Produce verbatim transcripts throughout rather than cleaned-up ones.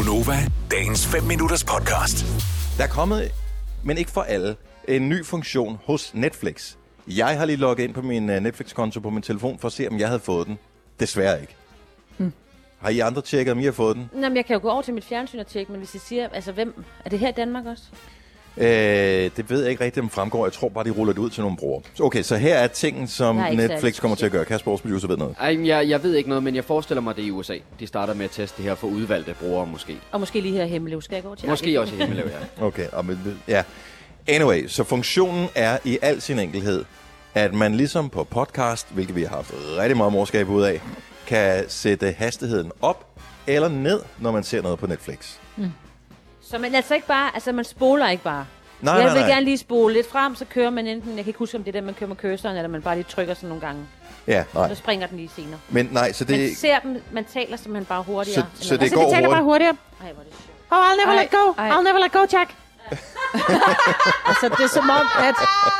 Gunova, dagens fem minutters podcast. Der er kommet, men ikke for alle, en ny funktion hos Netflix. Jeg har lige logget ind på min Netflix-konto på min telefon for at se, om jeg havde fået den. Desværre ikke. Hmm. Har I andre tjekket, om I har fået den? Jamen, jeg kan jo gå over til mit fjernsyn og tjekke, men hvis I siger, altså hvem, er det her i Danmark også? Øh, det ved jeg ikke rigtigt, om fremgår. Jeg tror bare, de ruller det ud til nogle brugere. Okay, så her er tingen, som Netflix kommer til at gøre. Kasper, vores producer, ved noget. Ej, jeg, jeg ved ikke noget, men jeg forestiller mig, det er i U S A. De starter med at teste det her for udvalgte brugere, måske. Og måske lige her Himmelev. Skal jeg gå til? Måske også i Himmelev, ja. Okay, ja. Anyway, så funktionen er i al sin enkelhed, at man ligesom på podcast, hvilket vi har haft rigtig meget morskab ud af, kan sætte hastigheden op eller ned, når man ser noget på Netflix. Mm. Så man altså ikke bare, altså man spoler ikke bare. Nej, jeg nej, vil nej. gerne lige spole lidt frem, så kører man enten, jeg kan ikke huske om det der, man kører med cursoren, eller man bare lige trykker sådan nogle gange. Ja, nej. Så springer den lige senere. Men nej, så det... Man ser dem, man taler simpelthen bare hurtigere. Så, så det altså, går de taler hurtigt. bare hurtigere. Ej, hvor er det sjovt. Oh, I'll never Ej, let go. ej. I'll never let go, Jack. Altså, det er som om, at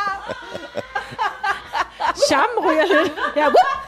charmen ryger lidt. Ja,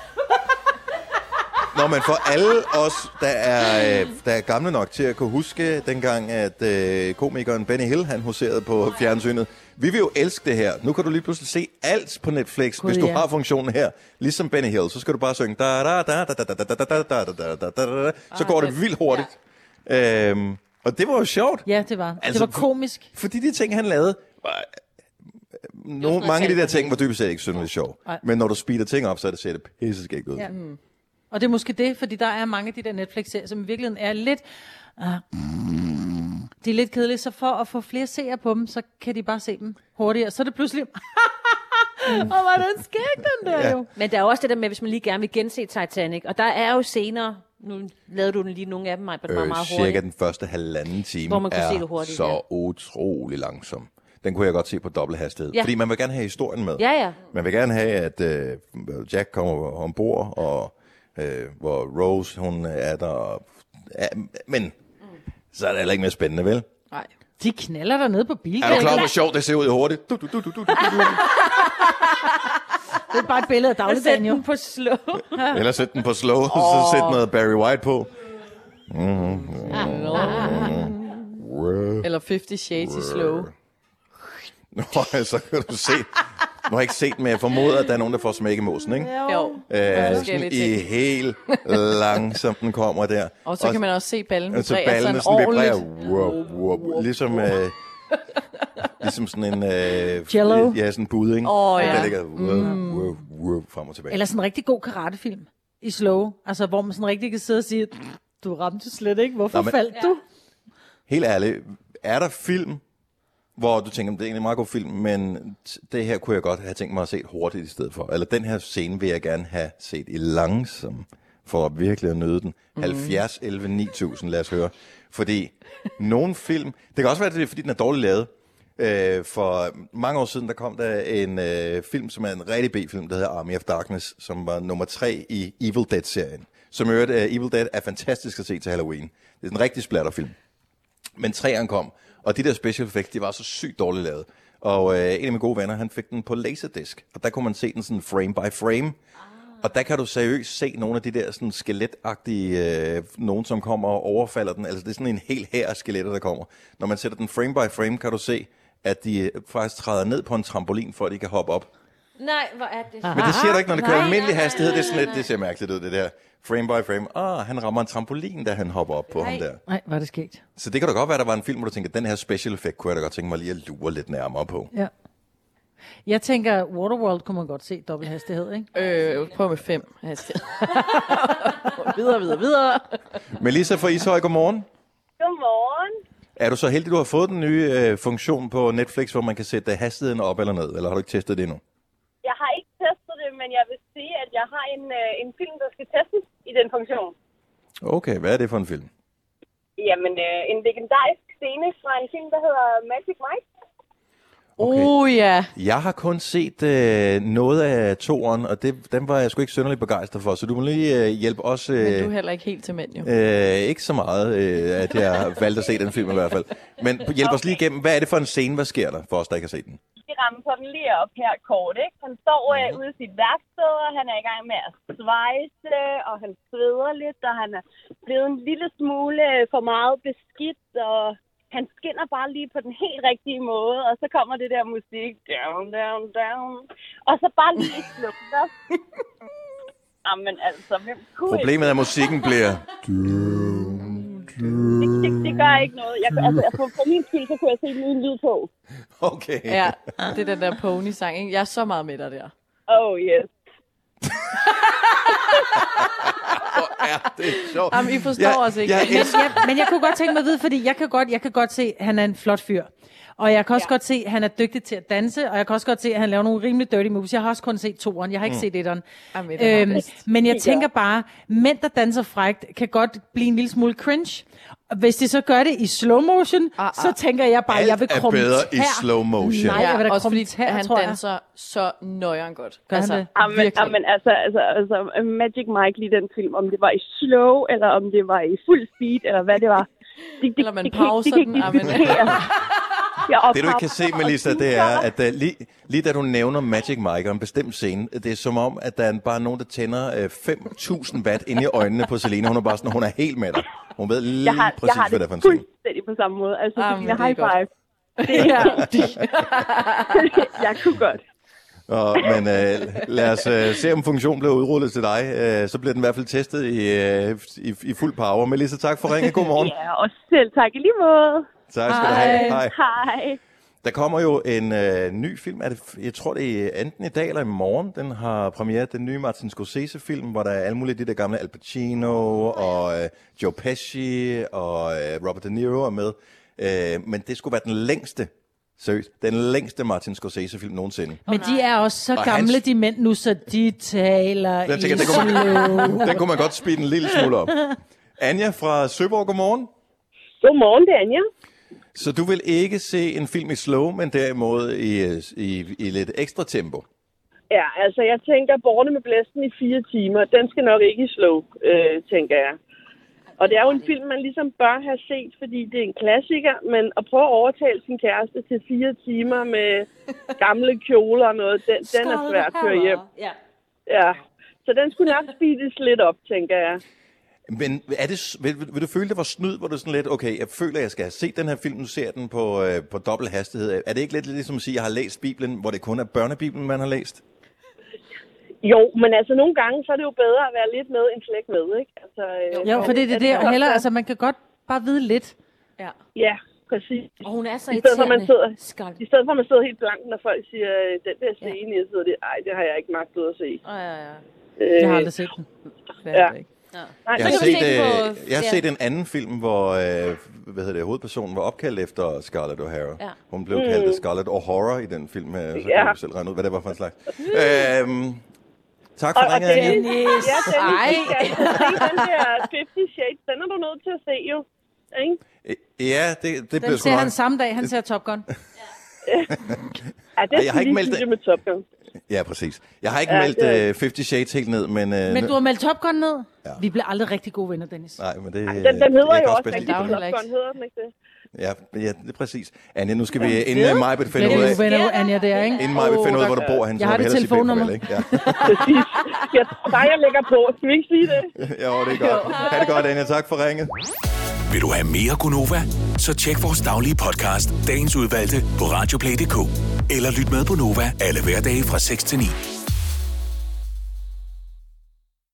Nå, men for alle os, der er, øh, der er gamle nok til at kunne huske dengang, at øh, komikeren Benny Hill, han huserede på fjernsynet. Vi vil jo elske det her. Nu kan du lige pludselig se alt på Netflix, God, hvis du ja. har funktionen her. Ligesom Benny Hill, så skal du bare synge da da da da da da da da da da da da da. Så går det vildt hurtigt. Øhm, og det var jo sjovt. ja, det var. Altså, Det var komisk. Fordi de ting, han lavede, var, nogle, mange af de der ting var dybest set ikke synderligt sjov. Men når du speeder ting op, så er det ser det pisseskægt ud. Ja. Mm. Og det er måske det, fordi der er mange af de der Netflix-serier, som i virkeligheden er lidt... Uh, de er lidt kedelige, så for at få flere seere på dem, så kan de bare se dem hurtigere. Så er det pludselig... Og hvordan skæg den der Ja. jo? Men der er også det der med, hvis man lige gerne vil gense Titanic. Og der er jo scener, nu lavede du den lige nogle af dem, men bare Øh, meget cirka hurtigt. den første halvanden time Hvor man kunne er se det hurtigt, så ja. utrolig langsom. Den kunne jeg godt se på dobbelt hastighed. Ja. Fordi man vil gerne have historien med. Ja, ja. Man vil gerne have, at øh, Jack kommer ombord, og øh, hvor Rose, hun er der. Ja, men så er det heller ikke mere spændende, vel? Nej. De knaller der nede på Er du bilgækken. klar, hvor sjovt det ser ud i hurtigt? Du, du, du, du, du, du, du. Det er bare et billede af Sæt dagligdagen jo. den på slow. Eller sæt den på slow, oh. så sæt noget Barry White på. Eller Fifty Shades i slow. Nå, så kan du se. Nu har jeg ikke set, men jeg formoder, at der er nogen, der får smæk i måsen, ikke? Jo. Øh, sådan forskellige i helt langsomt den kommer der. Og så kan man også se ballen altså vibrere ballen sådan sådan vibrerer. ordentligt. Wow, wow, ligesom, øh, ligesom sådan en... Øh, Jello. Ja, sådan en bud, ikke? Åh, ja. Der ligger wow, wow, wow, frem og tilbage. Eller sådan en rigtig god karatefilm i slow. Altså, hvor man sådan rigtig kan sidde og sige, du ramte slet ikke. Hvorfor Nå, men- faldt du? Helt ærligt, er der film, hvor du tænker, det er egentlig en meget god film, men t- det her kunne jeg godt have tænkt mig at se hurtigt i stedet for. Eller den her scene vil jeg gerne have set i langsom, for at virkelig at nyde den. Mm. halvfjerds elleve ni tusind, lad os høre. Fordi nogle film, det kan også være, at det er, fordi den er dårligt lavet. Øh, for mange år siden, der kom der en øh, film, som er en rigtig B-film, der hedder Army of Darkness, som var nummer tre i Evil Dead-serien. Som i øvrigt, uh, Evil Dead er fantastisk at se til Halloween. Det er en rigtig splatterfilm. Men treeren kom, og de der special effects, de var så sygt dårligt lavet. Og øh, en af mine gode venner, han fik den på Laserdisc, og der kunne man se den sådan frame by frame. Og der kan du seriøst se nogle af de der sådan skeletagtige, øh, nogen som kommer og overfalder den. Altså det er sådan en hel hær af skeletter, der kommer. Når man sætter den frame by frame, kan du se, at de øh, faktisk træder ned på en trampolin, for at de kan hoppe op. Nej, hvor er det? Men det siger du ikke, når det kører Nej, almindelig nej, hastighed. nej, Det er sådan lidt, nej. det ser mærkeligt ud, det der. Frame by frame. Ah, han rammer en trampolin, da han hopper op på Nej. ham der. Nej, var det skægt. Så det kan da godt være, at der var en film, hvor du tænker, den her special effect kunne jeg da godt tænke mig lige at lure lidt nærmere på. Ja. Jeg tænker, Waterworld kunne man godt se dobbelt hastighed, ikke? Øh, prøv med fem hastighed. videre, videre, videre. Melissa fra Ishøj, godmorgen. Godmorgen. Er du så heldig, du har fået den nye øh, funktion på Netflix, hvor man kan sætte hastigheden op eller ned, eller har du ikke testet det endnu? Jeg har ikke testet det, men jeg vil sige, at jeg har en, øh, en film, der skal testes i den funktion. Okay, hvad er det for en film? Jamen, øh, en legendarisk scene fra en film, der hedder Magic Mike. Okay. Oh ja. Jeg har kun set øh, noget af toeren, og det, den var jeg sgu ikke synderligt begejstret for, så du må lige øh, hjælpe os. Øh, Men du er heller ikke helt til mænd, jo. øh, ikke så meget, øh, at jeg har valgt at se den film i hvert fald. Men hjælp os lige igennem, hvad er det for en scene, hvad sker der for os, der ikke har set den? Det ramme på den lige op her kort, ikke? Han står øh, ude i sit værksted, og han er i gang med at svejse, og han sveder lidt, og han er blevet en lille smule for meget beskidt, og han skinner bare lige på den helt rigtige måde, og så kommer det der musik, down, down, down, og så bare lige slukker. Jamen altså, hvem kunne Problemet er, at musikken bliver... Det, det, det gør ikke noget. Jeg, altså, for, for min skyld, så kunne jeg se den uden lyd på. Okay. Ja, det er den der pony-sang, ikke? Jeg er så meget med dig der. Oh, yes. Hvor er det sjovt. Jamen, I forstår os ikke. Jeg, Men jeg, men jeg kunne godt tænke mig at vide, fordi jeg kan godt, jeg kan godt se, at han er en flot fyr. Og jeg kan også ja. godt se, at han er dygtig til at danse, og jeg kan også godt se, at han laver nogle rimelig dirty moves. Jeg har også kun set toeren, jeg har ikke mm. set etteren. Øhm, men jeg tænker bare, mænd, der danser frækt, kan godt blive en lille smule cringe. Hvis de så gør det i slow motion, ah, ah. så tænker jeg bare, at jeg vil krumme Alt er bedre i slow motion. Nej, jeg vil da også krumme fordi han danser så nøjeren godt. Gør altså, han det? Amen, amen, altså, altså, altså, Magic Mike lige den film, om det var i slow, eller om det var i fuld speed, eller hvad det var. De, de, eller man de, pauser de, de, den. de, Amen. Det du ikke kan se, Melissa, det er, at uh, lige, lige da du nævner Magic Mike og en bestemt scene, det er som om, at der er bare nogen, der tænder uh, fem tusind watt inde i øjnene på Selena. Hun er bare sådan, hun er helt med dig. Hun ved lige jeg har, præcis, jeg har hvad der er for en scene. fuldstændig på samme måde. Altså, Ah, det er high godt. five. Det er, jeg kunne godt. Og, men uh, lad os uh, se, om funktionen bliver udrullet til dig. Uh, så bliver den i hvert fald testet i, uh, i, i fuld power. Melissa, tak for ringe. God morgen. Ja, og selv tak i lige måde. Tak skal du have. Hej. Hej. Der kommer jo en øh, ny film, er det, jeg tror det er enten i dag eller i morgen, den har premiere, den nye Martin Scorsese-film, hvor der er alle mulige de der gamle Al Pacino og øh, Joe Pesci og øh, Robert De Niro er med. Øh, men det skulle være den længste, seriøst, den længste Martin Scorsese-film nogensinde. Men de er også så Og gamle, hans- de mænd nu, så de taler Jeg tænker, i den kunne, slow. man, den kunne man godt speede en lille smule op. Anja fra Søborg, godmorgen. Godmorgen, det er Anja. Så du vil ikke se en film i slow, men derimod i, i, i lidt ekstra tempo? Ja, altså jeg tænker, Borne med blæsten i fire timer, den skal nok ikke i slow, øh, tænker jeg. Og det er jo en film, man ligesom bør have set, fordi det er en klassiker, men at prøve at overtale sin kæreste til fire timer med gamle kjoler og noget, den, den er svært at køre hjem. Ja. Ja, så den skulle nok speedes lidt op, tænker jeg. Men er det, vil, vil du føle, det var snyd, hvor du sådan lidt, okay, jeg føler, jeg skal have set den her film, nu ser jeg den på, øh, på dobbelt hastighed. Er det ikke lidt ligesom at sige, at jeg har læst Bibelen, hvor det kun er børnebibelen, man har læst? Jo, men altså nogle gange, så er det jo bedre at være lidt med end slet ikke med, ikke? Altså, øh, Jo, for det er det der, heller, altså man kan godt bare vide lidt. Ja. Ja, præcis. Og hun er så I stedet for, man sidder, Skarp. I stedet for, at man sidder helt blank, når folk siger, øh, den der scene, jeg sidder det, ej, det har jeg ikke magtet at se. Ja, ja, ja. Øh, Jeg har aldrig set den. Det er Ja. det ikke. Nej, Jeg har, kan du set, se den øh, på- jeg har ja. set en anden film, hvor øh, hvad hedder det, hovedpersonen var opkaldt efter Scarlett O'Hara. Ja. Hun blev kaldt Scarlett O'Hara i den film, øh, så kan Ja. du selv regne ud, hvad det var for en slags. øhm, tak for Og, og ringet, Anja. Dennis, ja, Dennis, du skal se den der Fifty Shades, den er du nødt til at se jo. Ikke? Øh, Ja, det, det Den bliver sgu ser nok. han samme dag, han ser Top Gun. Ja, det Ej, jeg har er ikke lige meldt det med Top Gun. Ja, præcis. Jeg har ikke Ja, meldt det er- uh, Fifty Shades helt ned, men... Uh, Men du har meldt Top Gun ned? Ja. Vi bliver aldrig rigtig gode venner, Dennis. Nej, men det... Den, den hedder jeg kan jo også bedst rigtig lide Down den. Top Relax. Gun, hedder den ikke det? Ja, ja, det er præcis. Anja, nu skal vi, inden mig finder Bliver ud vi af, uvenner, Anja, der, ikke? inden mig finder ud af, hvor du bor, han Jeg har dit telefonnummer. Ja. Præcis. Jeg tror bare, jeg lægger på. Skal vi ikke sige det? ja, det er godt. Ha' det godt, Anja. Tak for ringet. Vil du have mere Gunova? Så tjek vores daglige podcast, dagens udvalgte, på radioplay punktum d k. Eller lyt med på Nova alle hverdage fra seks til ni.